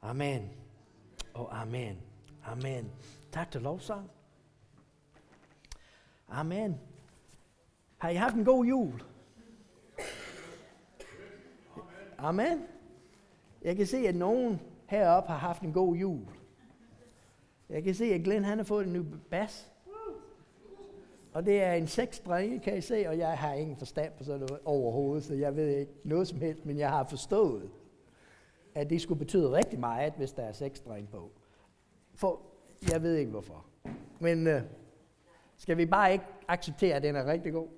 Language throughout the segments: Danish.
Amen. Og amen. Amen. Tak til lovsang. Amen. Har I haft en god jul? Amen. Jeg kan se, at nogen heroppe har haft en god jul. Jeg kan se, at Glenn han har fået en ny bas. Og det er en 6-drenge, kan I se, og jeg har ingen forstand på sådan noget overhovedet, så jeg ved ikke noget som helst, men jeg har forstået, at det skulle betyde rigtig meget, hvis der er 6-drenge på. For jeg ved ikke hvorfor. Men skal vi bare ikke acceptere, at den er rigtig god?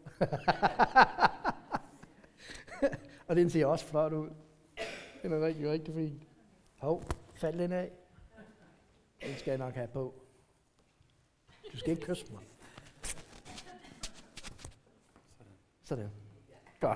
Og den ser også flot ud. Den er rigtig, rigtig fin. Hov, fald den af. Den skal jeg nok have på. Du skal ikke kysse mig. Sådan. Godt.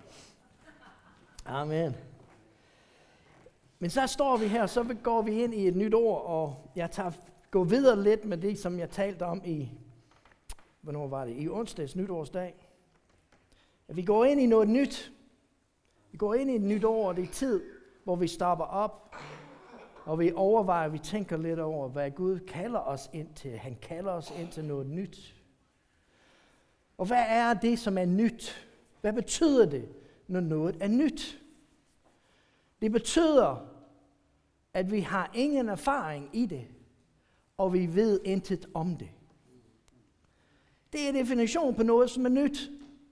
Amen. Men så står vi her, så går vi ind i et nyt år, og jeg går videre lidt med det, som jeg talte om hvornår var det? I onsdags, nytårsdag. At vi går ind i noget nyt. Vi går ind i et nyt år, og det er tid, hvor vi stopper op, og vi overvejer, vi tænker lidt over, hvad Gud kalder os ind til. Han kalder os ind til noget nyt. Og hvad er det, som er nyt? Hvad betyder det, når noget er nyt? Det betyder, at vi har ingen erfaring i det, og vi ved intet om det. Det er definition på noget, som er nyt.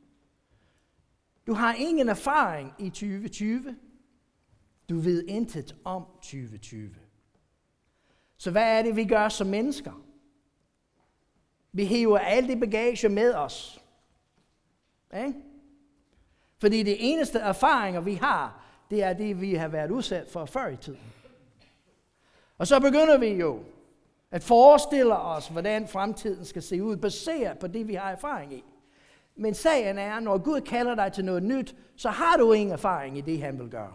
Du har ingen erfaring i 2020. Du ved intet om 2020. Så hvad er det, vi gør som mennesker? Vi hiver alle de bagage med os. Okay? Fordi det eneste erfaringer, vi har, det er det, vi har været udsat for før i tiden. Og så begynder vi jo at forestille os, hvordan fremtiden skal se ud, baseret på det, vi har erfaring i. Men sagen er, når Gud kalder dig til noget nyt, så har du ingen erfaring i det, han vil gøre.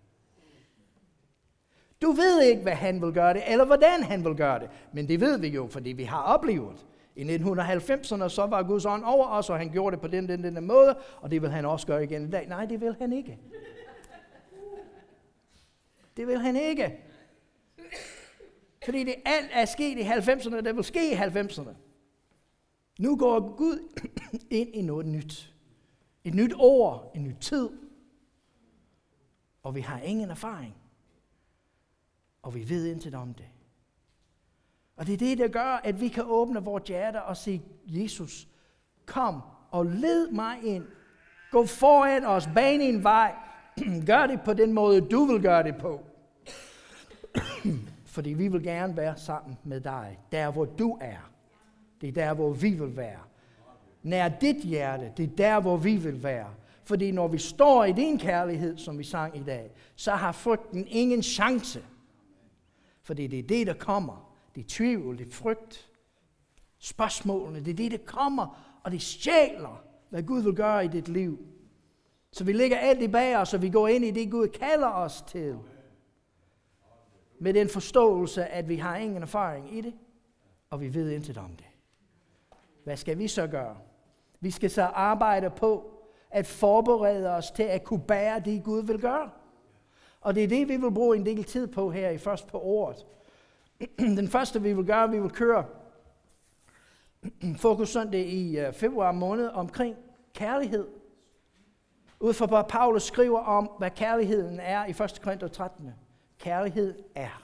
Du ved ikke, hvad han vil gøre det, eller hvordan han vil gøre det. Men det ved vi jo, fordi vi har oplevet. I 1990'erne, så var Guds ånd over os, og han gjorde det på den måde, og det vil han også gøre igen i dag. Nej, det vil han ikke. Det vil han ikke. Fordi det alt er sket i 90'erne, det vil ske i 90'erne. Nu går Gud ind i noget nyt. Et nyt år, en ny tid. Og vi har ingen erfaring. Og vi ved intet om det. Og det er det, der gør, at vi kan åbne vores hjerter og sige, Jesus, kom og led mig ind. Gå foran os, bane en vej. Gør det på den måde, du vil gøre det på. Fordi vi vil gerne være sammen med dig, der hvor du er. Det er der, hvor vi vil være. Nær dit hjerte, det er der, hvor vi vil være. Fordi når vi står i din kærlighed, som vi sang i dag, så har frygten ingen chance. Fordi det er det, der kommer. Det er tvivl, det er frygt. Spørgsmålene, det er det, der kommer, og det stjæler, hvad Gud vil gøre i dit liv. Så vi lægger alt i bag os, og vi går ind i det, Gud kalder os til. Med den forståelse, at vi har ingen erfaring i det, og vi ved intet om det. Hvad skal vi så gøre? Vi skal så arbejde på at forberede os til at kunne bære det, Gud vil gøre. Og det er det, vi vil bruge en del tid på her først på året. Den første, vi vil gøre, vi vil køre fokus søndag i februar måned omkring kærlighed. Ud fra hvad Paulus skriver om, hvad kærligheden er i 1. Korinther 13. Kærlighed er.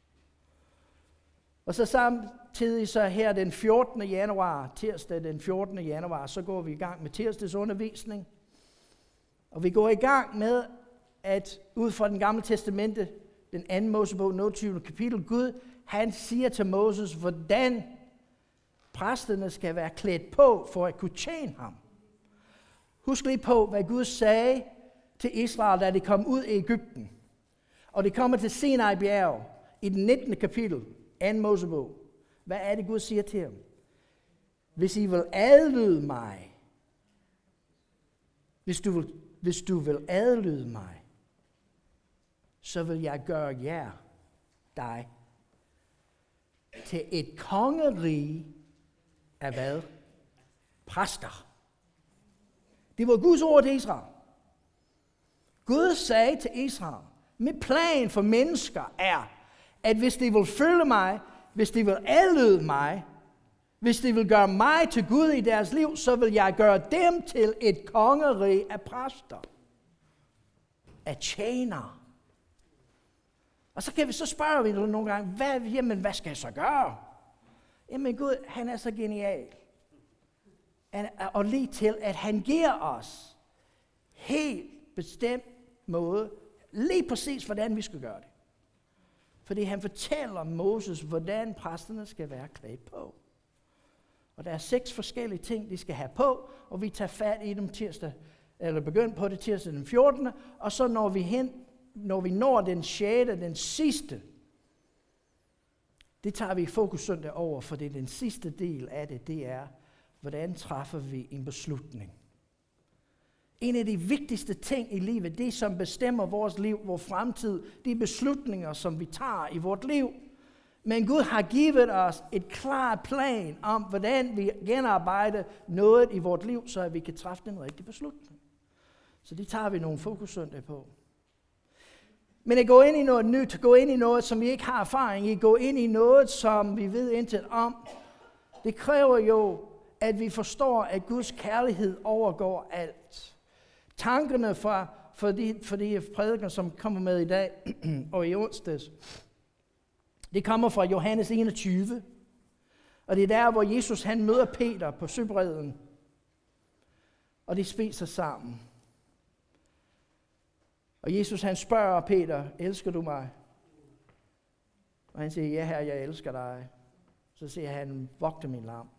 Og så samtidig så her den 14. januar, tirsdag den 14. januar, så går vi i gang med tirsdags undervisning. Og vi går i gang med at ud fra den gamle testamente, den 2. Mosebog, 28. kapitel, Gud, han siger til Moses, hvordan præsterne skal være klædt på for at kunne tjene ham. Husk lige på, hvad Gud sagde til Israel, da de kom ud i Egypten. Og de kommer til Sinai bjerg i den 19. kapitel, 2. Mosebog. Hvad er det, Gud siger til ham? Hvis I vil adlyde mig, hvis du vil adlyde mig, så vil jeg gøre jer, dig, til et kongerige af hvad? Præster. Det var Guds ord til Israel. Gud sagde til Israel, Mit plan for mennesker er, at hvis de vil følge mig, hvis de vil adlyde mig, hvis de vil gøre mig til Gud i deres liv, så vil jeg gøre dem til et kongerige af præster, af tjenere. Og så spørger vi nogle gange, hvad skal jeg så gøre? Jamen Gud, han er så genial. Og lige til, at han giver os helt bestemt måde, lige præcis hvordan vi skal gøre det. Fordi han fortæller Moses, hvordan præsterne skal være klædt på. Og der er 6 forskellige ting, de skal have på, og vi tager fat i dem begynder på det tirsdag den 14. Og så når vi når den 6., den sidste, det tager vi fokus søndag over, for det er den sidste del af det, det er, hvordan træffer vi en beslutning. En af de vigtigste ting i livet, det som bestemmer vores liv, vores fremtid, de beslutninger, som vi tager i vort liv. Men Gud har givet os et klart plan om, hvordan vi genarbejder noget i vort liv, så at vi kan træffe den rigtige beslutning. Så det tager vi nogle fokussøndag på. Men at gå ind i noget nyt, gå ind i noget, som vi ikke har erfaring i, gå ind i noget, som vi ved intet om, det kræver jo, at vi forstår, at Guds kærlighed overgår alt. Tankerne for de prædiker, som kommer med i dag og i onsdags, det kommer fra Johannes 21. Og det er der, hvor Jesus han møder Peter på søbredden. Og de spiser sammen. Og Jesus han spørger Peter, elsker du mig? Og han siger, ja herre, jeg elsker dig. Så siger han, vogte min lam.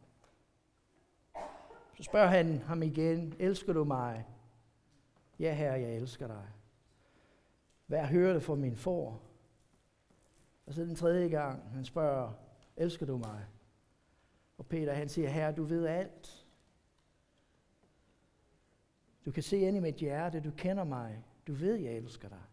Så spørger han ham igen, elsker du mig? Ja herre, jeg elsker dig. Vær hørte for min får. Og så den 3. gang, han spørger, elsker du mig? Og Peter han siger, herre, du ved alt. Du kan se ind i mit hjerte, du kender mig. Du ved, jeg elsker dig.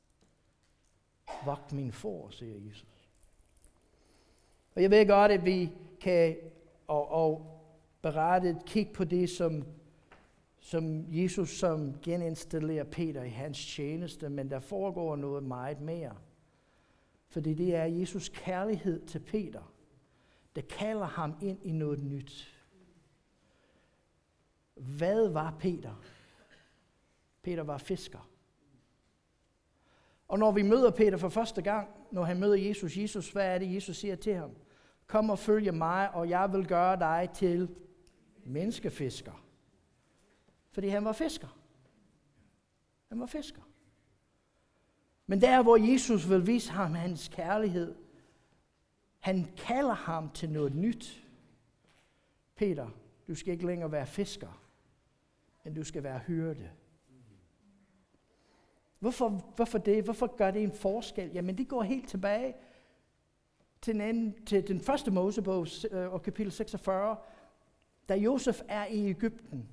Vogt min får, siger Jesus. Og jeg ved godt, at vi kan og berettet kigge på det, som Jesus som geninstallerer Peter i hans tjeneste, men der foregår noget meget mere. Fordi det er Jesus kærlighed til Peter, der kalder ham ind i noget nyt. Hvad var Peter? Peter var fisker. Og når vi møder Peter for første gang, når han møder Jesus, hvad er det, Jesus siger til ham? Kom og følge mig, og jeg vil gøre dig til menneskefisker. Fordi han var fisker. Han var fisker. Men der, hvor Jesus vil vise ham hans kærlighed, han kalder ham til noget nyt. Peter, du skal ikke længere være fisker, men du skal være hyrde. Hvorfor det? Hvorfor gør det en forskel? Jamen det går helt tilbage til den første Mosebog og kapitel 46, da Josef er i Egypten.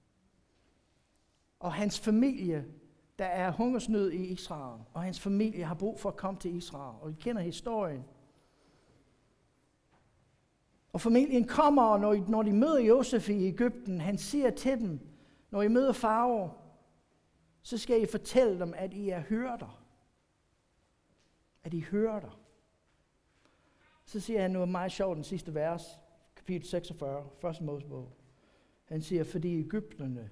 Og hans familie, der er hungersnød i Israel, og hans familie har brug for at komme til Israel. Og I kender historien. Og familien kommer, og når de møder Josef i Egypten, han siger til dem, når I møder farao, så skal I fortælle dem, at I er hyrder. At I hyrder. Så siger han noget meget sjovt, den sidste vers, kapitel 46, første Mosebog. Han siger, fordi egypterne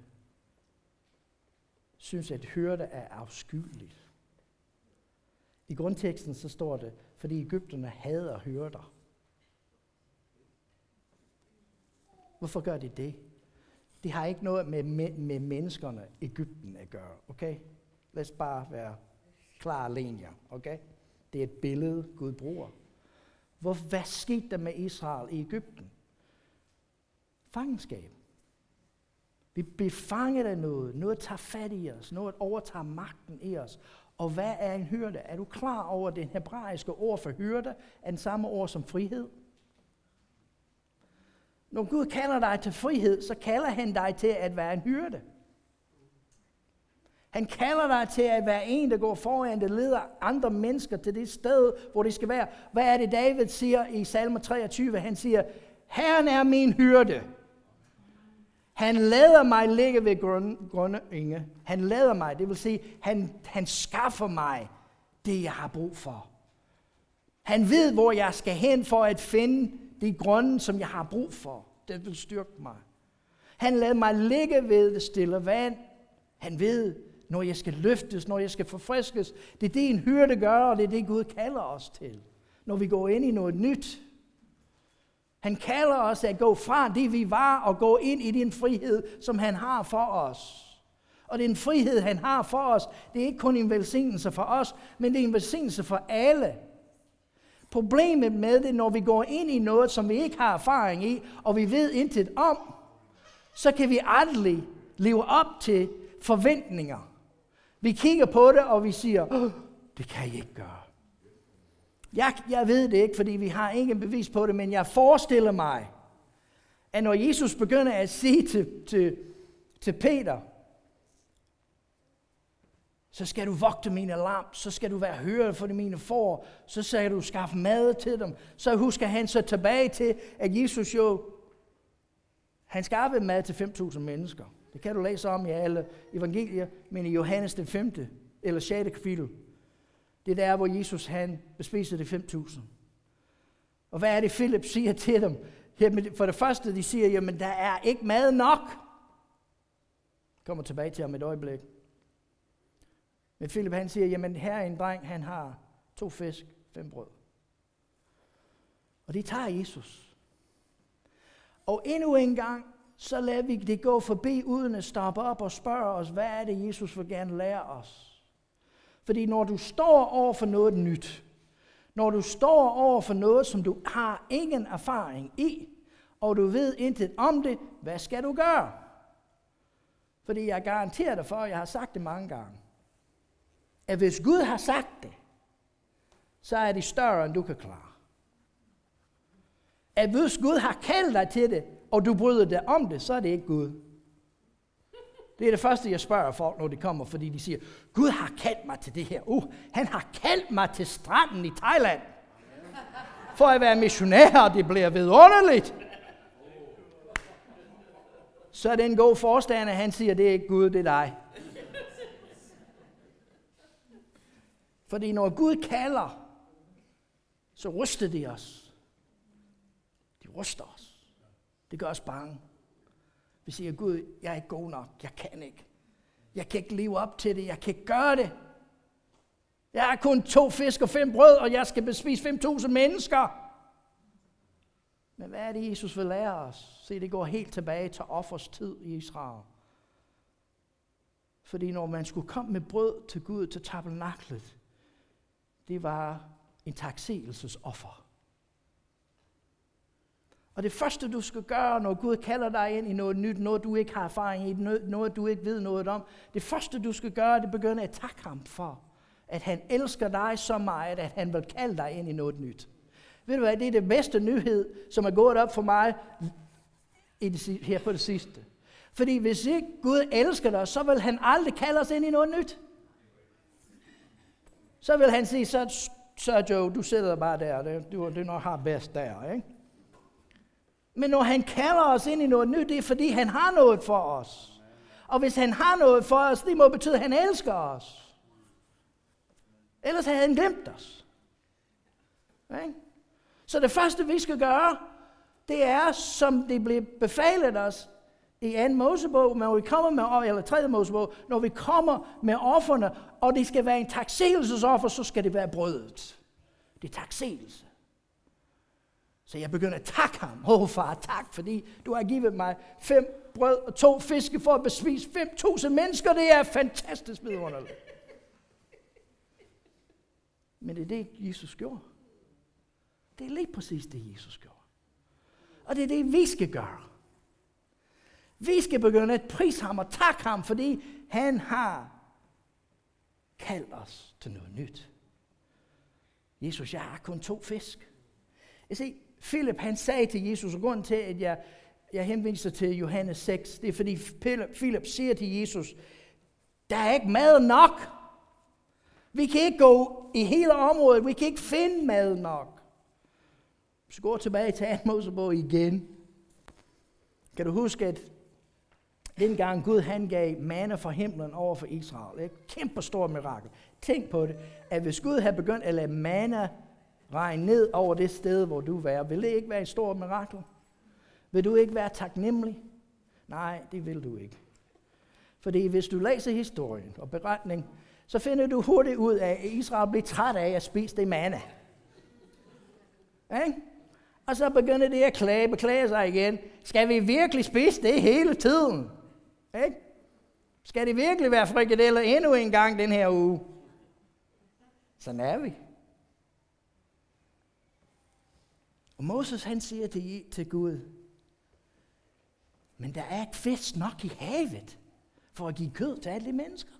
synes, at hyrde er afskyeligt. I grundteksten så står det, fordi egypterne hader hyrder. Hvorfor gør de det? Det har ikke noget med menneskerne Egypten at gøre, okay? Lad os bare være klare linjer, okay? Det er et billede, Gud bruger. Hvad skete der med Israel i Egypten? Fangenskab. Vi bliver fanget af noget. Noget tager fat i os. Noget overtager magten i os. Og hvad er en hyrde? Er du klar over, at det hebraiske ord for hyrde er den samme ord som frihed? Når Gud kalder dig til frihed, så kalder han dig til at være en hyrde. Han kalder dig til at være en, der går foran, der leder andre mennesker til det sted, hvor de skal være. Hvad er det, David siger i Salme 23? Han siger, Herren er min hyrde. Han lader mig ligge ved grønne enge. Han lader mig, det vil sige, han skaffer mig det, jeg har brug for. Han ved, hvor jeg skal hen for at finde de grunde, som jeg har brug for. Det vil styrke mig. Han lader mig ligge ved det stille vand. Han ved, når jeg skal løftes, når jeg skal forfriskes. Det er det, en hyrde gør, og det er det, Gud kalder os til. Når vi går ind i noget nyt. Han kalder os at gå fra det, vi var, og gå ind i den frihed, som han har for os. Og den frihed, han har for os, det er ikke kun en velsignelse for os, men det er en velsignelse for alle. Problemet med det, når vi går ind i noget, som vi ikke har erfaring i, og vi ved intet om, så kan vi aldrig leve op til forventninger. Vi kigger på det, og vi siger, det kan jeg ikke gøre. Jeg ved det ikke, fordi vi har ingen bevis på det, men jeg forestiller mig, at når Jesus begynder at sige til Peter, så skal du vogte mine lam, så skal du være hørende for mine får, så skal du skaffe mad til dem. Så husker han så tilbage til, at Jesus han skaffede mad til 5.000 mennesker. Det kan du læse om i alle evangelier, men i Johannes den 5. eller 6. kapitel. Det er der, hvor Jesus han bespiser de 5.000. Og hvad er det, Philip siger til dem? For det første, de siger, jamen der er ikke mad nok. Jeg kommer tilbage til ham et øjeblik. Men Philip han siger, jamen her er en dreng, han har 2 fisk, 5 brød. Og de tager Jesus. Og endnu en gang, så lader vi det gå forbi, uden at stoppe op og spørge os, hvad er det, Jesus vil gerne lære os? Fordi når du står over for noget nyt, når du står over for noget, som du har ingen erfaring i, og du ved intet om det, hvad skal du gøre? Fordi jeg garanterer dig for, og jeg har sagt det mange gange, at hvis Gud har sagt det, så er det større, end du kan klare. At hvis Gud har kaldt dig til det, og du bryder dig om det, så er det ikke Gud. Det er det første, jeg spørger folk, når de kommer, fordi de siger, Gud har kaldt mig til det her. Han har kaldt mig til stranden i Thailand. For at være missionær, og det bliver vidunderligt. Så er den gode forstander, han siger, det er ikke Gud, det er dig. Fordi når Gud kalder, så ryster de os. De ryster os. Det gør os bange. Vi siger, Gud, jeg er ikke god nok. Jeg kan ikke. Jeg kan ikke leve op til det. Jeg kan ikke gøre det. Jeg har kun 2 fisk og 5 brød, og jeg skal bespise 5.000 mennesker. Men hvad er det, Jesus vil lære os? Se, det går helt tilbage til offers tid i Israel. Fordi når man skulle komme med brød til Gud, til tabernaklet, det var en taksigelsesoffer. Og det første, du skal gøre, når Gud kalder dig ind i noget nyt, noget du ikke har erfaring i, noget du ikke ved noget om, det første, du skal gøre, det begynder at takke ham for, at han elsker dig så meget, at han vil kalde dig ind i noget nyt. Ved du hvad, det er det bedste nyhed, som er gået op for mig her på det sidste. Fordi hvis ikke Gud elsker dig, så vil han aldrig kalde os ind i noget nyt. Så vil han sige, så Joe, du sidder bare der, du nok har bedst der, ikke? Men når han kalder os ind i noget nyt, det er fordi han har noget for os. Og hvis han har noget for os, det må betyde, at han elsker os. Ellers havde han glemt os. Okay? Så det første, vi skal gøre, det er, som det blev befalet os i 2. Mosebog, når vi kommer med, eller 3. Mosebog, når vi kommer med offerne, og det skal være en taksigelsesoffer, så skal det være brødet. Det er taksigelse. Så jeg begynder at takke ham. Far, tak, fordi du har givet mig 5 brød og 2 fiske for at bespise 5.000 mennesker. Det er fantastisk vidunderligt. Men det er det, Jesus gjorde. Det er lige præcis det, Jesus gjorde. Og det er det, vi skal gøre. Vi skal begynde at prise ham og takke ham, fordi han har kaldt os til noget nyt. Jesus, jeg har kun 2 fisk. Jeg ser, Philip han sagde til Jesus, og grunden til, at jeg henviser til Johannes 6, det er fordi Philip siger til Jesus, der er ikke mad nok. Vi kan ikke gå i hele området, vi kan ikke finde mad nok. Så går tilbage til 2. Mosebog igen. Kan du huske, dengang Gud han gav manna fra himlen over for Israel. Et kæmpe stort mirakel. Tænk på det, at hvis Gud havde begyndt at lade manna regne ned over det sted, hvor du var, vil det ikke være et stort mirakel? Vil du ikke være taknemmelig? Nej, det vil du ikke. Fordi hvis du læser historien og beretning, så finder du hurtigt ud af, at Israel blev træt af at spise det manna. Okay? Og så begynder de at beklage sig igen. Skal vi virkelig spise det hele tiden? Okay? Skal det virkelig være frikadeller endnu en gang den her uge? Sådan er vi. Og Moses han siger til Gud, men der er ikke fisk nok i havet for at give kød til alle de mennesker.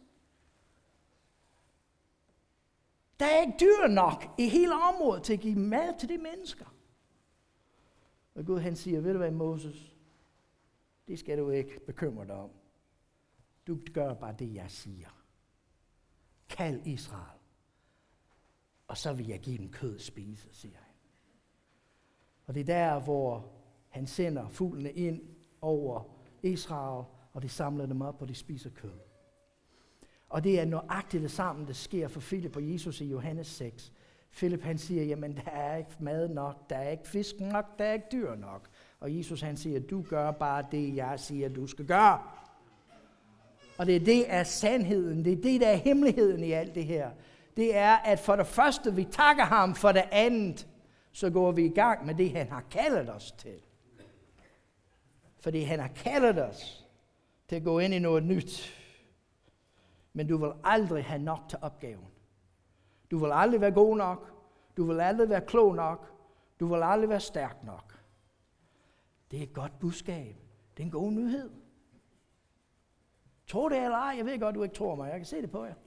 Der er ikke dyr nok i hele området til at give mad til de mennesker. Og Gud han siger, ved du hvad Moses, det skal du ikke bekymre dig om. Du gør bare det jeg siger. Kald Israel, og så vil jeg give dem kød at spise, siger han. Og det er der, hvor han sender fuglene ind over Israel, og de samler dem op, og de spiser kød. Og det er nøjagtigt det samme, der sker for Filip og Jesus i Johannes 6. Filip han siger, jamen der er ikke mad nok, der er ikke fisk nok, der er ikke dyr nok. Og Jesus han siger, du gør bare det, jeg siger, du skal gøre. Og det er sandheden, det er det, der er hemmeligheden i alt det her. Det er, at for det første, vi takker ham, for det andet, så går vi i gang med det, han har kaldet os til. Fordi han har kaldet os til at gå ind i noget nyt. Men du vil aldrig have nok til opgaven. Du vil aldrig være god nok. Du vil aldrig være klog nok. Du vil aldrig være stærk nok. Det er et godt budskab. Det er en god nyhed. Tror det eller ej? Jeg ved godt, du ikke tror mig. Jeg kan se det på jer.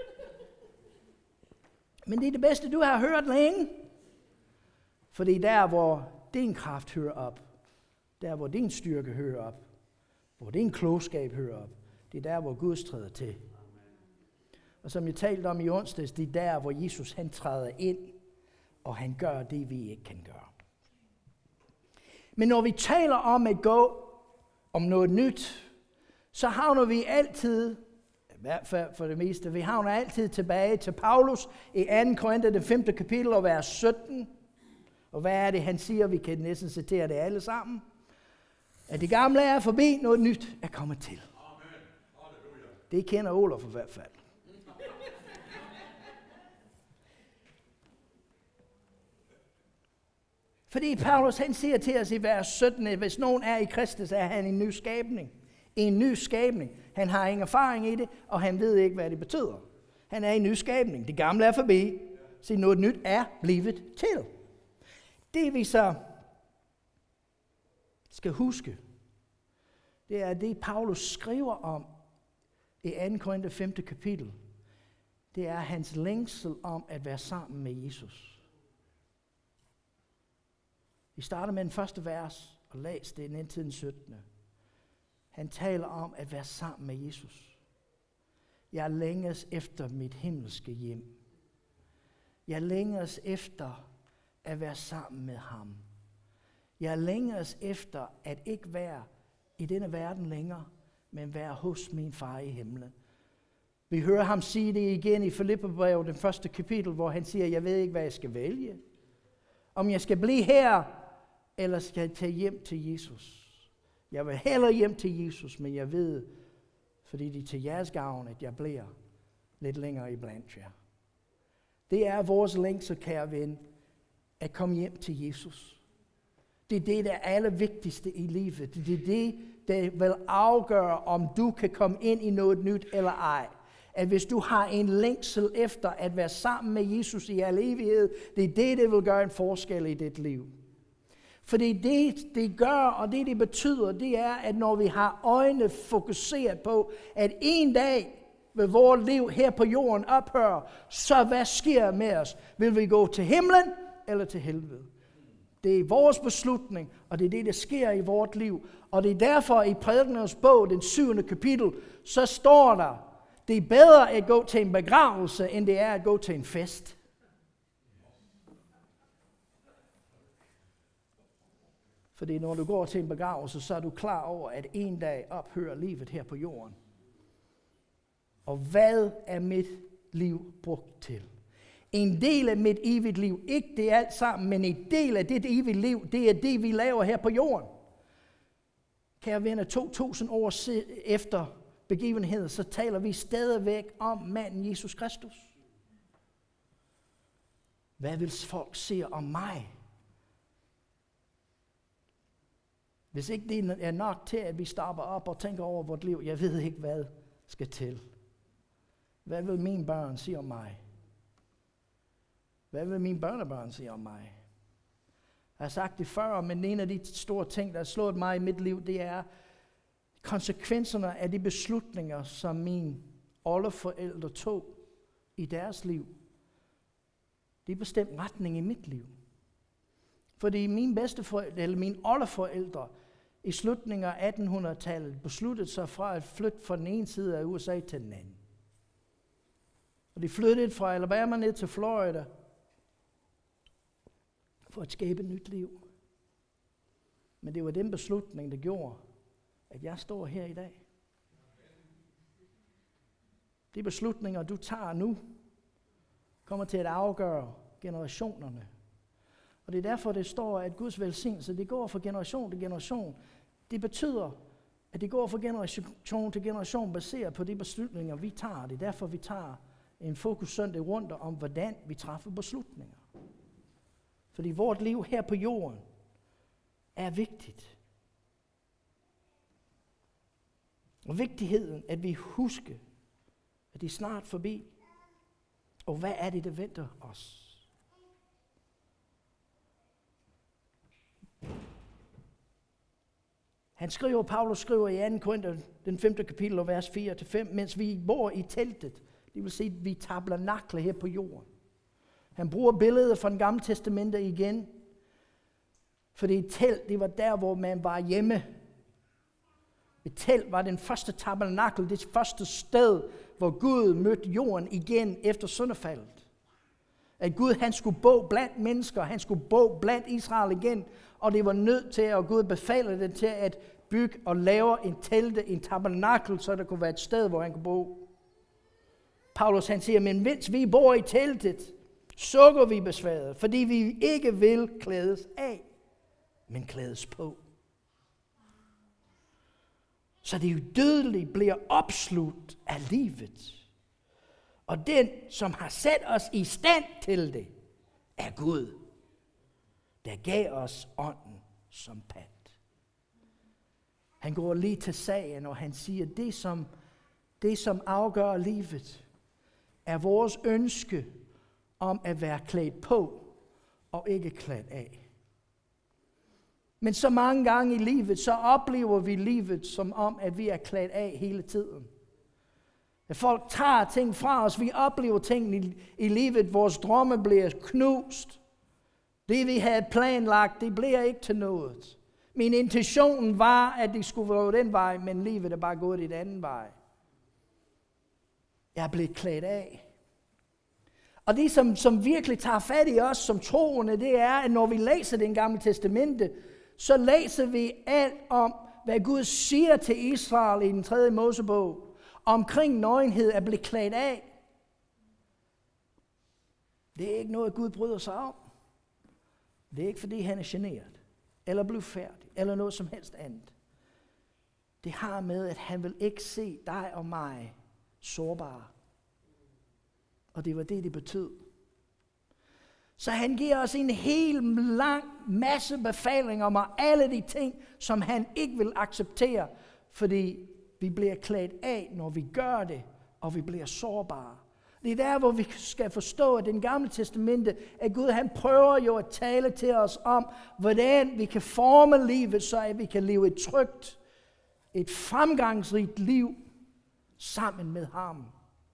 Men det er det bedste, du har hørt længe. Fordi der, hvor din kraft hører op, der, hvor din styrke hører op, hvor din klogskab hører op, det er der, hvor Gud træder til. Og som jeg talte om i onsdags, det er der, hvor Jesus han træder ind, og han gør det, vi ikke kan gøre. Men når vi taler om at gå om noget nyt, så havner vi altid, i hvert fald for det meste, vi havner altid tilbage til Paulus i 2. Korinther, det 5. kapitel og vers 17. Og hvad er det, han siger? Vi kan næsten citere det alle sammen. At det gamle er forbi, noget nyt er kommet til. Det kender Olof i hvert fald. Fordi Paulus han siger til os i vers 17, at hvis nogen er i Kristus, er han en ny skabning. En ny skabning. Han har ingen erfaring i det, og han ved ikke, hvad det betyder. Han er en ny skabning. Det gamle er forbi, så noget nyt er blevet til. Det vi så skal huske, det er det, Paulus skriver om i 2. Korinther 5. kapitel. Det er hans længsel om at være sammen med Jesus. Vi starter med den første vers og læs det indtil den 17. Han taler om at være sammen med Jesus. Jeg længes efter mit himmelske hjem. Jeg længes efter at være sammen med ham. Jeg længes efter at ikke være i denne verden længere, men være hos min far i himlen. Vi hører ham sige det igen i Filipperbrevet, den 1. kapitel, hvor han siger, jeg ved ikke, hvad jeg skal vælge. Om jeg skal blive her, eller skal jeg tage hjem til Jesus. Jeg vil hellere hjem til Jesus, men jeg ved, fordi det er til jeres gavn, at jeg bliver lidt længere iblandt jer. Det er vores længsel, kære ven, at komme hjem til Jesus. Det er det, der er allervigtigste i livet. Det er det, der vil afgøre, om du kan komme ind i noget nyt eller ej. At hvis du har en længsel efter at være sammen med Jesus i al evighed, det er det, der vil gøre en forskel i dit liv. Fordi det gør, og det betyder, det er, at når vi har øjnene fokuseret på, at en dag vil vores liv her på jorden ophøre, så hvad sker med os? Vil vi gå til himlen eller til helvede? Det er vores beslutning, og det er det, der sker i vort liv. Og det er derfor i Prædikernes bog, den 7. kapitel, så står der, det er bedre at gå til en begravelse, end det er at gå til en fest. Fordi når du går til en begravelse, så er du klar over, at en dag ophører livet her på jorden. Og hvad er mit liv brugt til? En del af mit evigt liv, ikke det alt sammen, men en del af det evigt liv, det er det, vi laver her på jorden. Kære venner, 2000 år efter begivenheden, så taler vi stadigvæk om manden Jesus Kristus. Hvad vil folk sige om mig? Hvis ikke det er nok til, at vi stopper op og tænker over vores liv, jeg ved ikke, hvad skal til. Hvad vil mine børn sige om mig? Hvad vil mine børnebørn sige om mig? Jeg har sagt det før, men en af de store ting, der har slået mig i mit liv, det er konsekvenserne af de beslutninger, som mine oldeforældre tog i deres liv. Det er bestemt retning i mit liv. Fordi mine bedsteforældre, eller mine oldeforældre, i slutningen af 1800-tallet besluttede sig fra at flytte fra den ene side af USA til den anden. Og de flyttede fra Alabama ned til Florida for at skabe et nyt liv. Men det var den beslutning, der gjorde, at jeg står her i dag. De beslutninger, du tager nu, kommer til at afgøre generationerne. Og det er derfor, det står, at Guds velsignelse, det går fra generation til generation. Det betyder, at det går fra generation til generation baseret på de beslutninger, vi tager. Det er derfor, vi tager en fokus søndag rundt om, hvordan vi træffer beslutninger. Fordi vort liv her på jorden er vigtigt. Og vigtigheden, at vi husker, at det er snart forbi. Og hvad er det, der venter os? Paulus skriver i 2. Korinther, den 5. kapitel, og vers 4-5, mens vi bor i teltet, det vil sige, at vi tabernakler her på jorden. Han bruger billeder fra den gamle testamente igen, fordi et telt, det var der, hvor man var hjemme. Et telt var den første tabernakel, det første sted, hvor Gud mødte jorden igen efter syndefaldet. At Gud, han skulle bo blandt mennesker, han skulle bo blandt Israel igen, og det var nødt til, at Gud befalede det til at bygge og lave en telte, en tabernakel, så der kunne være et sted, hvor han kunne bo. Paulus, han siger, men mens vi bor i teltet, sukker vi besværet, fordi vi ikke vil klædes af, men klædes på. Så det udødelige bliver opslugt af livet. Og den, som har sat os i stand til det, er Gud, der gav os ånden som pant. Han går lige til sagen, og han siger, det som afgør livet, er vores ønske om at være klædt på, og ikke klædt af. Men så mange gange i livet, så oplever vi livet som om, at vi er klædt af hele tiden. At folk tager ting fra os, vi oplever ting i livet, vores drømme bliver knust. Det vi havde planlagt, det bliver ikke til noget. Min intention var, at det skulle gå den vej, men livet er bare gået i den anden vej. Jeg er blevet klædt af. Og det, som virkelig tager fat i os som troende, det er, at når vi læser det gamle testamente, så læser vi alt om, hvad Gud siger til Israel i den 3. Mosebog, omkring nøgenhed at blive klædt af. Det er ikke noget, Gud bryder sig om. Det er ikke, fordi han er generet, eller blevet færdig, eller noget som helst andet. Det har med, at han vil ikke se dig og mig sårbare. Og det var det betød. Så han giver os en hel lang masse befalinger om alle de ting, som han ikke vil acceptere, fordi vi bliver klædt af, når vi gør det, og vi bliver sårbare. Det er der, hvor vi skal forstå, at den gamle testamente, at Gud han prøver jo at tale til os om, hvordan vi kan forme livet, så at vi kan leve et trygt, et fremgangsrigt liv sammen med ham.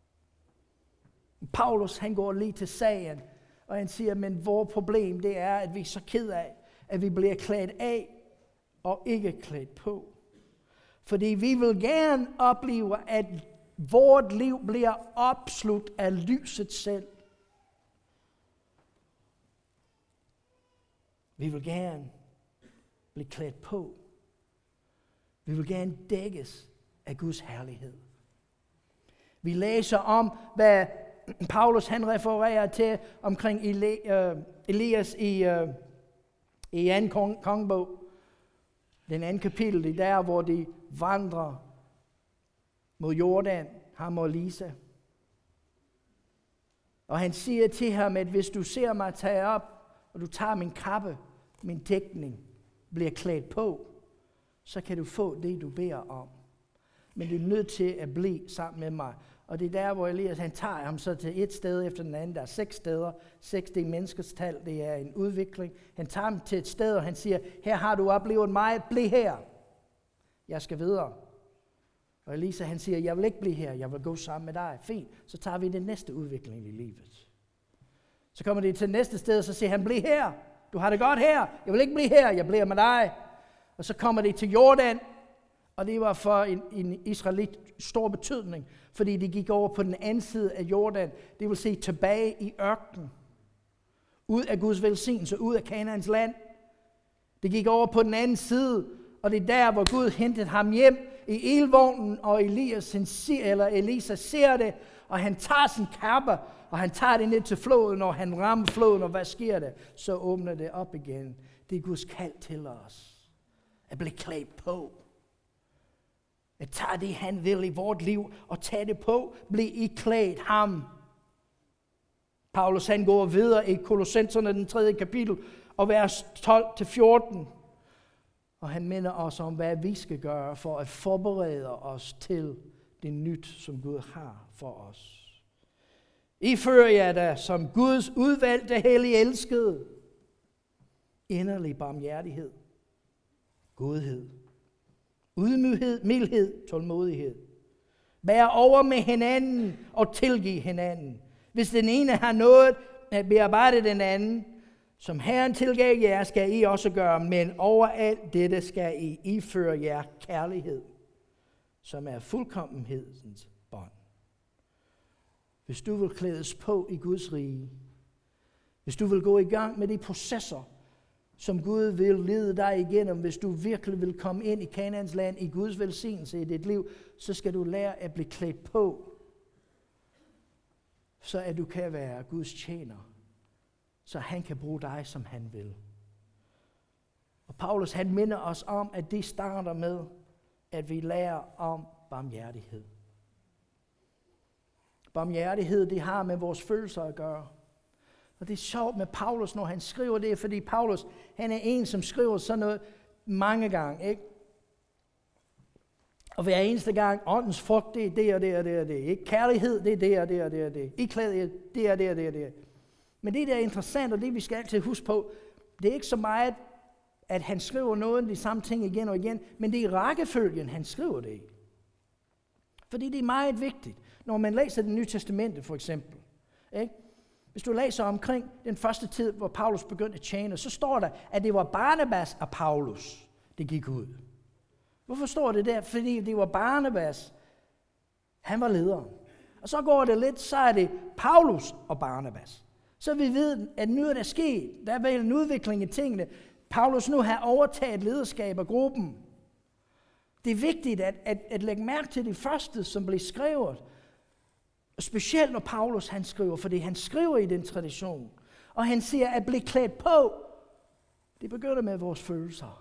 Paulus han går lige til sagen, og han siger, men vores problem det er, at vi er så ked af, at vi bliver klædt af og ikke klædt på. Fordi vi vil gerne opleve, at vort liv bliver opslugt af lyset selv. Vi vil gerne blive klædt på. Vi vil gerne dækkes af Guds herlighed. Vi læser om, hvad Paulus han refererer til omkring Elias i 2. kongebog. Den anden kapitel, det er der, hvor de vandrer mod Jordan, ham og Elisa. Og han siger til ham, at hvis du ser mig tage op, og du tager min kappe, min dækning, bliver klædt på, så kan du få det, du beder om. Men du er nødt til at blive sammen med mig. Og det er der, hvor Elias han tager ham så til et sted efter den anden. Der er 6 steder. 6 det er menneskers tal. Det er en udvikling. Han tager ham til et sted, og han siger, her har du oplevet mig. Bliv her. Jeg skal videre. Og Elisa han siger, jeg vil ikke blive her. Jeg vil gå sammen med dig. Fint. Så tager vi den næste udvikling i livet. Så kommer de til næste sted, og så siger han, bliv her. Du har det godt her. Jeg vil ikke blive her. Jeg bliver med dig. Og så kommer de til Jordan. Og det var for en israelit stor betydning, fordi de gik over på den anden side af Jordan. Det vil sige tilbage i ørkenen. Ud af Guds velsignelse, ud af Kanaans land. Det gik over på den anden side, og det er der, hvor Gud hentede ham hjem i ildvognen, og Elisa ser det, og han tager sin kappe, og han tager det ned til floden, og han rammer floden, og hvad sker der? Så åbner det op igen. Det er Guds kald til os. At blive klædt på. At tage det, han vil i vort liv, og tage det på, blive iklædt ham. Paulus han går videre i Kolossenserne, den 3. kapitel, og vers 12-14. Og han minder os om, hvad vi skal gøre for at forberede os til det nyt, som Gud har for os. I fører jer da som Guds udvalgte, hellige elskede, inderlig barmhjertighed, godhed, ydmyghed, mildhed, tålmodighed. Bær over med hinanden og tilgiv hinanden. Hvis den ene har noget at bearbejde den anden, som Herren tilgav jer, skal I også gøre, men over alt dette skal I iføre jer kærlighed, som er fuldkommenhedens bånd. Hvis du vil klædes på i Guds rige, hvis du vil gå i gang med de processer, som Gud vil lede dig igennem, hvis du virkelig vil komme ind i Kanaans land, i Guds velsignelse i dit liv, så skal du lære at blive klædt på, så at du kan være Guds tjener, så han kan bruge dig, som han vil. Og Paulus, han minder os om, at det starter med, at vi lærer om barmhjertighed. Barmhjertighed, det har med vores følelser at gøre. Og det er sjovt med Paulus, når han skriver det, fordi Paulus, han er en, som skriver sådan noget mange gange, ikke? Og hver eneste gang, åndens frugt, det er det og det og det og det. Ikke? Kærlighed, det er det og det og det og det. Iklædelse, det er det og det og det. Men det, der er interessant, og det vi skal altid huske på, det er ikke så meget, at han skriver noget af de samme ting igen og igen, men det er rækkefølgen, han skriver det i. Fordi det er meget vigtigt, når man læser det nye testamente for eksempel. Ikke? Hvis du læser omkring den første tid, hvor Paulus begyndte at tjene, så står der, at det var Barnabas og Paulus, det gik ud. Hvorfor står det der? Fordi det var Barnabas. Han var lederen. Og så går det lidt, så er det Paulus og Barnabas. Så vi ved, at nu er der sket. Der er vel en udvikling i tingene. Paulus nu har overtaget lederskab af gruppen. Det er vigtigt at lægge mærke til det første, som blev skrevet. Specielt når Paulus han skriver, fordi han skriver i den tradition. Og han siger, at blive klædt på, det begynder med vores følelser.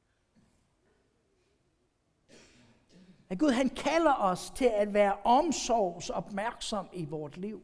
At Gud han kalder os til at være omsorgsopmærksom i vort liv.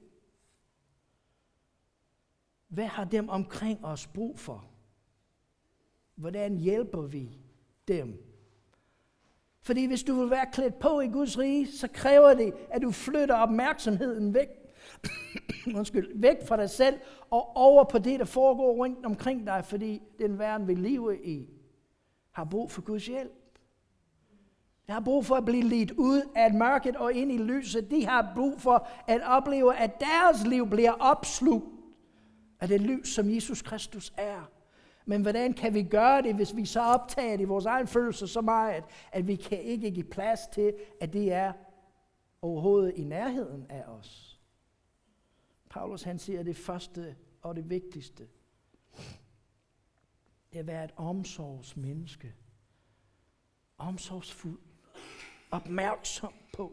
Hvad har dem omkring os brug for? Hvordan hjælper vi dem? Fordi hvis du vil være klædt på i Guds rige, så kræver det, at du flytter opmærksomheden væk, væk fra dig selv og over på det, der foregår rundt omkring dig, fordi den verden, vi lever i, har brug for Guds hjælp. De har brug for at blive ledt ud af mørket og ind i lyset. De har brug for at opleve, at deres liv bliver opslugt af det lys, som Jesus Kristus er. Men hvordan kan vi gøre det, hvis vi så optager det i vores egen følelser så meget, at vi kan ikke give plads til, at det er overhovedet i nærheden af os? Paulus han siger det første og det vigtigste. Det er at være et omsorgsmenneske. Omsorgsfuld. Opmærksom på.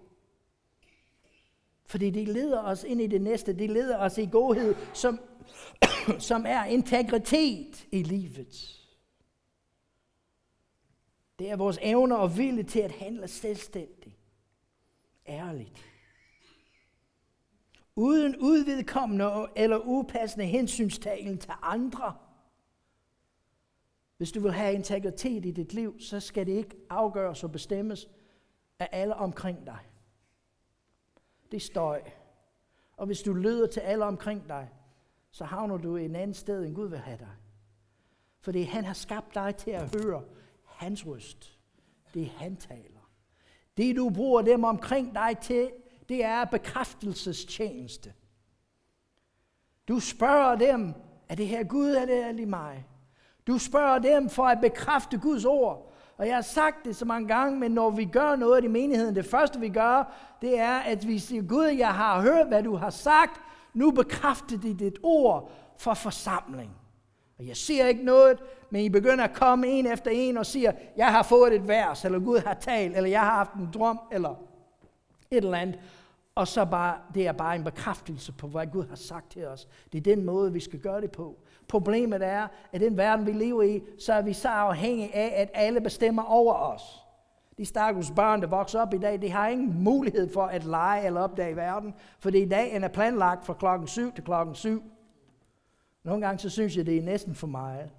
Fordi det leder os ind i det næste. Det leder os i godhed, som er integritet i livet. Det er vores evner og vilje til at handle selvstændigt. Ærligt. Uden udvedkommende eller upassende hensynstagen til andre. Hvis du vil have integritet i dit liv, så skal det ikke afgøres og bestemmes af alle omkring dig. Det er støj. Og hvis du lyder til alle omkring dig, så havner du i en anden sted, end Gud vil have dig. Fordi han har skabt dig til at høre hans røst. Det han taler. Det du bruger dem omkring dig til, det er bekræftelsestjeneste. Du spørger dem, er det her Gud, eller er det lige mig? Du spørger dem for at bekræfte Guds ord. Og jeg har sagt det så mange gange, men når vi gør noget i menigheden, det første vi gør, det er, at vi siger, Gud, jeg har hørt, hvad du har sagt. Nu bekræfter de dit ord for forsamling. Og jeg siger ikke noget, men I begynder at komme en efter en og siger, jeg har fået et vers, eller Gud har talt, eller jeg har haft en drøm, eller et eller andet. Og så det er bare en bekræftelse på, hvad Gud har sagt til os. Det er den måde, vi skal gøre det på. Problemet er, at den verden, vi lever i, så er vi så afhængige af, at alle bestemmer over os. De stakkels børn, der vokser op i dag, de har ingen mulighed for at lege eller opdage verden, fordi dagen er planlagt fra klokken 7 til klokken 7. Nogle gange så synes jeg, det er næsten for meget.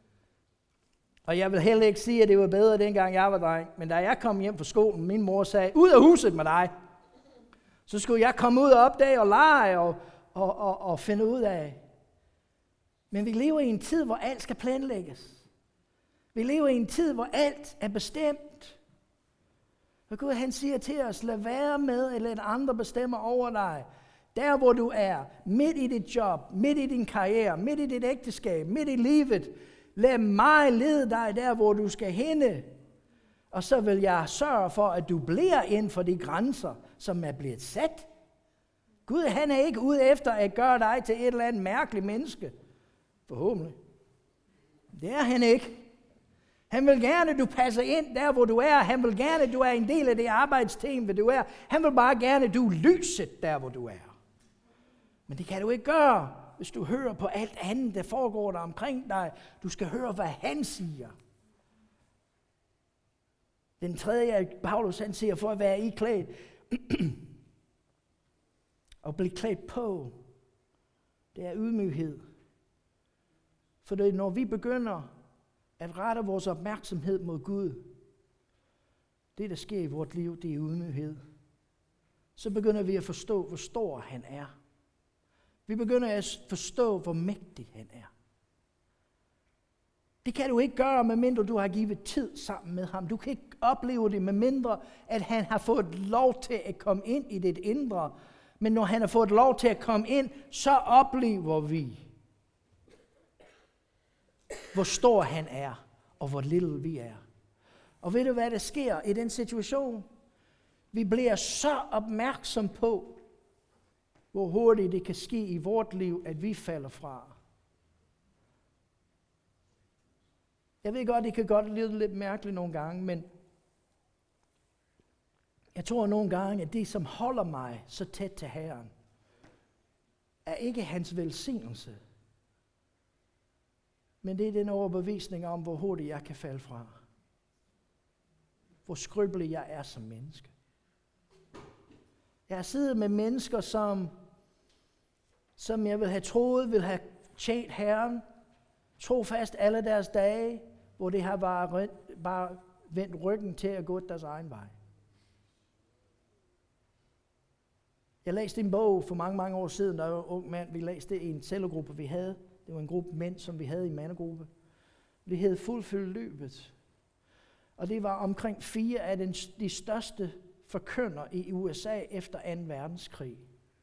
Og jeg vil heller ikke sige, at det var bedre, dengang jeg var dreng. Men da jeg kom hjem fra skolen, min mor sagde, ud af huset med dig. Så skulle jeg komme ud og opdage og lege og finde ud af. Men vi lever i en tid, hvor alt skal planlægges. Vi lever i en tid, hvor alt er bestemt. Og Gud han siger til os, lad være med at lade andre bestemme over dig. Der hvor du er, midt i dit job, midt i din karriere, midt i dit ægteskab, midt i livet. Lad mig lede dig der, hvor du skal henne. Og så vil jeg sørge for, at du bliver inden for de grænser, som er blevet sat. Gud han er ikke ude efter at gøre dig til et eller andet mærkeligt menneske. Forhåbentlig. Det er han ikke. Han vil gerne, at du passer ind der, hvor du er. Han vil gerne, at du er en del af det arbejdsteam, hvor du er. Han vil bare gerne, at du er lyset der, hvor du er. Men det kan du ikke gøre, hvis du hører på alt andet, der foregår der omkring dig. Du skal høre, hvad han siger. Den tredje, Paulus han siger, for at være iklædt og blive klædt på, det er ydmyghed. For det, når vi begynder at rette vores opmærksomhed mod Gud, det der sker i vores liv, det er ydmyghed. Så begynder vi at forstå, hvor stor han er. Vi begynder at forstå, hvor mægtig han er. Det kan du ikke gøre, medmindre du har givet tid sammen med ham. Du kan ikke opleve det, medmindre at han har fået lov til at komme ind i dit indre. Men når han har fået lov til at komme ind, så oplever vi, hvor stor han er, og hvor lille vi er. Og ved du, hvad der sker i den situation? Vi bliver så opmærksom på, hvor hurtigt det kan ske i vort liv, at vi falder fra. Jeg ved godt, det kan godt lyde lidt mærkeligt nogle gange, men jeg tror nogle gange, at det, som holder mig så tæt til Herren, er ikke hans velsignelse, men det er den overbevisning om, hvor hurtigt jeg kan falde fra. Hvor skrøbelig jeg er som menneske. Jeg har siddet med mennesker, som jeg vil have troet, vil have tjent Herren, trofast alle deres dage, hvor det har bare vendt ryggen til at gå deres egen vej. Jeg læste en bog for mange, mange år siden, der var en ung mand, vi læste det i en cellegruppe, vi havde. Det var en gruppe mænd, som vi havde i en mandegruppe. Det hed Fuldfyldt løbet. Og det var omkring 4 af de største forkyndere i USA efter 2. verdenskrig.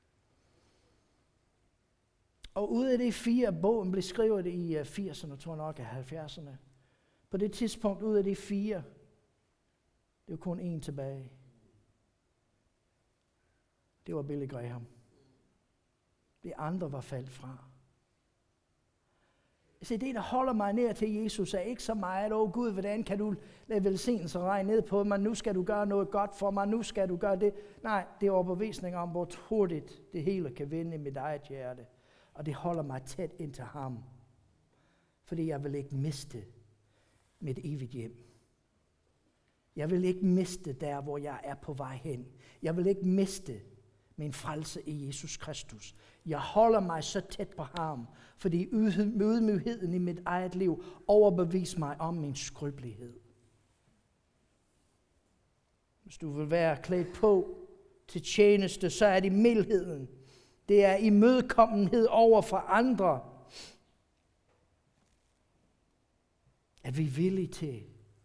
Og ud af de 4, bogen blev skrevet i 80'erne, tror jeg nok, 70'erne. På det tidspunkt, ud af de 4, det var kun 1 tilbage. Det var Billy Graham. De andre var faldt fra. Så det, der holder mig ned til Jesus, er ikke så meget, Gud, hvordan kan du lade velsignelser regne ned på mig, nu skal du gøre noget godt for mig, nu skal du gøre det. Nej, det er overbevisning om, hvor hurtigt det hele kan vinde i mit eget hjerte. Og det holder mig tæt ind til ham. Fordi jeg vil ikke miste mit evigt hjem. Jeg vil ikke miste der, hvor jeg er på vej hen. Jeg vil ikke miste min frelse i Jesus Kristus. Jeg holder mig så tæt på ham, fordi ydmygheden i mit eget liv overbeviser mig om min skrøbelighed. Hvis du vil være klædt på til tjeneste, så er det mildheden. Det er imødekommenhed over for andre. At vi er villige til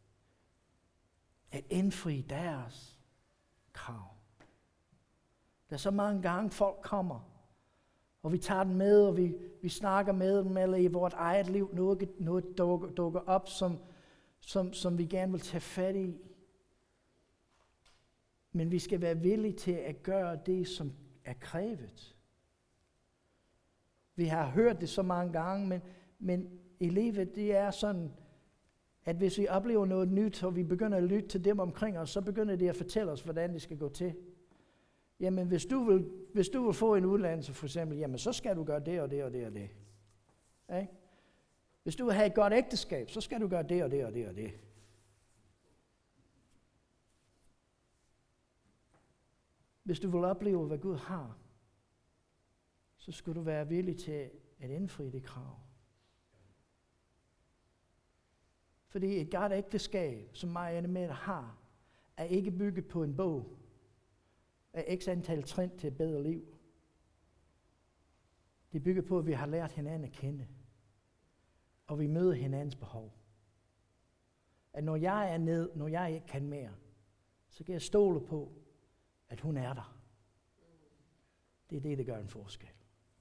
at indfri deres krav. Der er så mange gange folk kommer, og vi tager dem med, og vi snakker med dem, eller i vores eget liv noget dukker op, som vi gerne vil tage fat i. Men vi skal være villige til at gøre det, som er krævet. Vi har hørt det så mange gange, men i livet, det er sådan, at hvis vi oplever noget nyt, og vi begynder at lytte til dem omkring os, så begynder de at fortælle os, hvordan det skal gå til. Jamen, hvis du vil få en uddannelse for eksempel, jamen, så skal du gøre det og det og det og det. Okay? Hvis du vil have et godt ægteskab, så skal du gøre det og det og det og det. Hvis du vil opleve, hvad Gud har, så skal du være villig til at indfri det krav. Fordi et godt ægteskab, som mig og Anne har, er ikke bygget på en bog af x antal trin til et bedre liv. Det bygger på, at vi har lært hinanden at kende, og vi møder hinandens behov. At når jeg er ned, når jeg ikke kan mere, så kan jeg stole på, at hun er der. Det er det, der gør en forskel.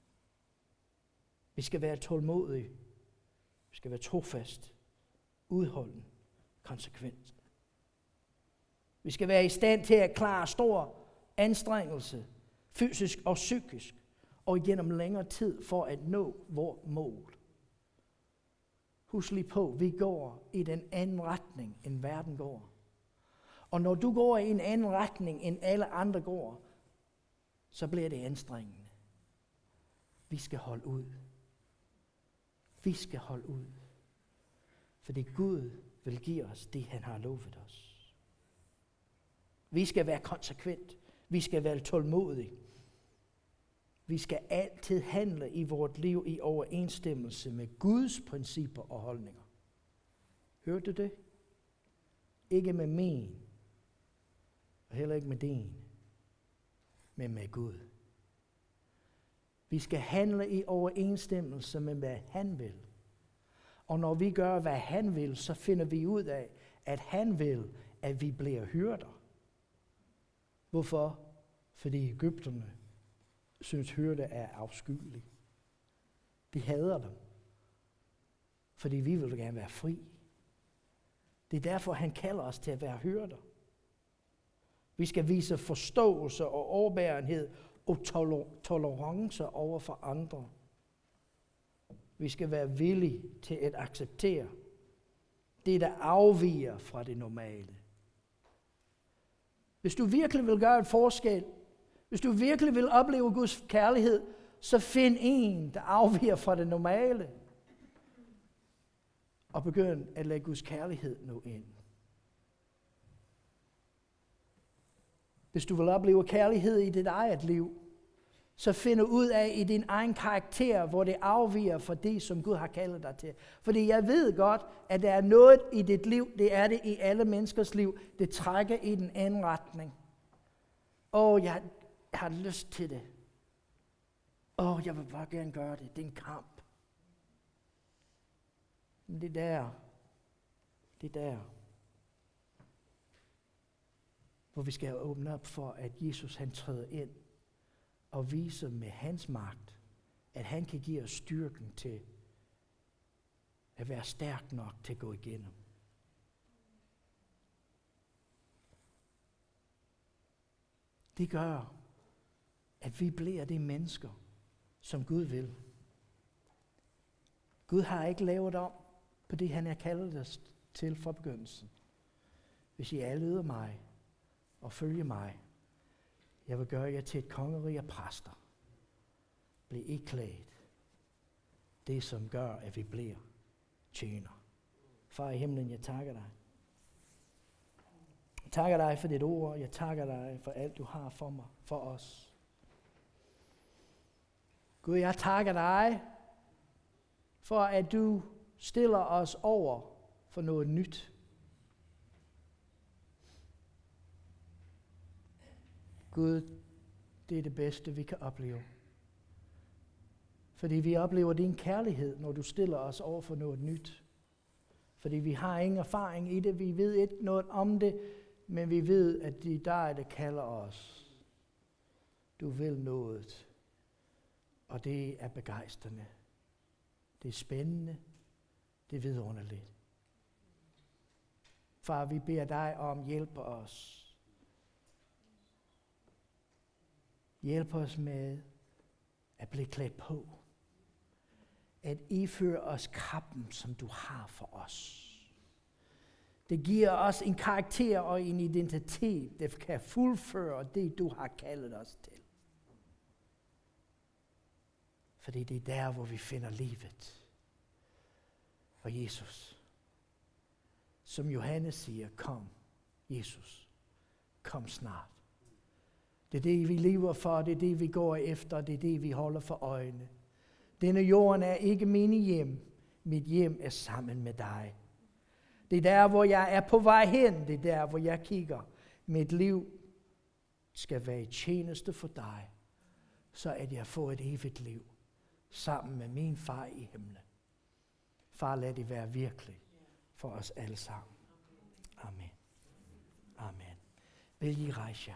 Vi skal være tålmodige. Vi skal være trofast, udholden, konsekvent. Vi skal være i stand til at klare stor anstrengelse, fysisk og psykisk, og igennem længere tid for at nå vores mål. Husk lige på, vi går i den anden retning, end verden går. Og når du går i en anden retning, end alle andre går, så bliver det anstrengende. Vi skal holde ud. Vi skal holde ud. Fordi Gud vil give os det, han har lovet os. Vi skal være konsekvent. Vi skal være tålmodige. Vi skal altid handle i vort liv i overensstemmelse med Guds principper og holdninger. Hørte du det? Ikke med min, og heller ikke med din, men med Gud. Vi skal handle i overensstemmelse med, hvad han vil. Og når vi gør, hvad han vil, så finder vi ud af, at han vil, at vi bliver hyrder. Hvorfor? Fordi Egypterne synes hyrde er afskyelige. De hader dem. Fordi vi vil gerne være fri. Det er derfor, han kalder os til at være hyrder. Vi skal vise forståelse og overbærenhed og tolerance over for andre. Vi skal være villige til at acceptere det, der afviger fra det normale. Hvis du virkelig vil gøre en forskel, hvis du virkelig vil opleve Guds kærlighed, så find en, der afviger fra det normale. Og begynd at lade Guds kærlighed nå ind. Hvis du vil opleve kærlighed i dit eget liv, så find ud af i din egen karakter, hvor det afviger fra det, som Gud har kaldet dig til. Fordi jeg ved godt, at der er noget i dit liv, det er det i alle menneskers liv, det trækker i den anden retning. Jeg har lyst til det. Jeg vil bare gerne gøre det. Det er en kamp. Men det er der, hvor vi skal åbne op for, at Jesus han træder ind og viser med hans magt, at han kan give os styrken til at være stærk nok til at gå igennem. Det gør, at vi bliver de mennesker, som Gud vil. Gud har ikke lavet om på det, han har kaldet os til fra begyndelsen. Hvis I alle lyder mig og følger mig, jeg vil gøre jer til et kongerige af præster. Bliv iklædt det, som gør, at vi bliver tjener. Far i himlen, jeg takker dig. Jeg takker dig for dit ord. Jeg takker dig for alt, du har for mig, for os. Gud, jeg takker dig for, at du stiller os over for noget nyt. Gud, det er det bedste, vi kan opleve. Fordi vi oplever din kærlighed, når du stiller os over for noget nyt. Fordi vi har ingen erfaring i det, vi ved ikke noget om det, men vi ved, at det er dig, der kalder os. Du vil noget, og det er begejstrende. Det er spændende, det er vidunderligt. Far, vi beder dig om, hjælp os. Hjælp os med at blive klædt på. At iføre os kappen, som du har for os. Det giver os en karakter og en identitet, der kan fuldføre det, du har kaldet os til. Fordi det er der, hvor vi finder livet. Og Jesus, som Johannes siger, kom, Jesus, kom snart. Det er det, vi lever for, det er det, vi går efter, det er det, vi holder for øjnene. Denne jorden er ikke min hjem. Mit hjem er sammen med dig. Det er der, hvor jeg er på vej hen. Det er der, hvor jeg kigger. Mit liv skal være i tjeneste for dig, så at jeg får et evigt liv sammen med min far i himlen. Far, lad det være virkelig for os alle sammen. Amen. Amen. Vil I rejse jer?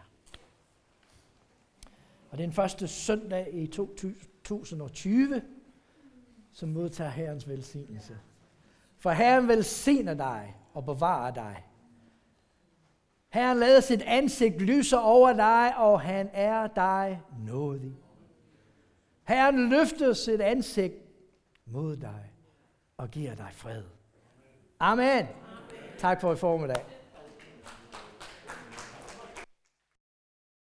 Og den første søndag i 2020, som modtager Herrens velsignelse. For Herren velsigner dig og bevarer dig. Herren lader sit ansigt lyse over dig, og han er dig nådig. Herren løfter sit ansigt mod dig og giver dig fred. Amen. Tak for i formiddag.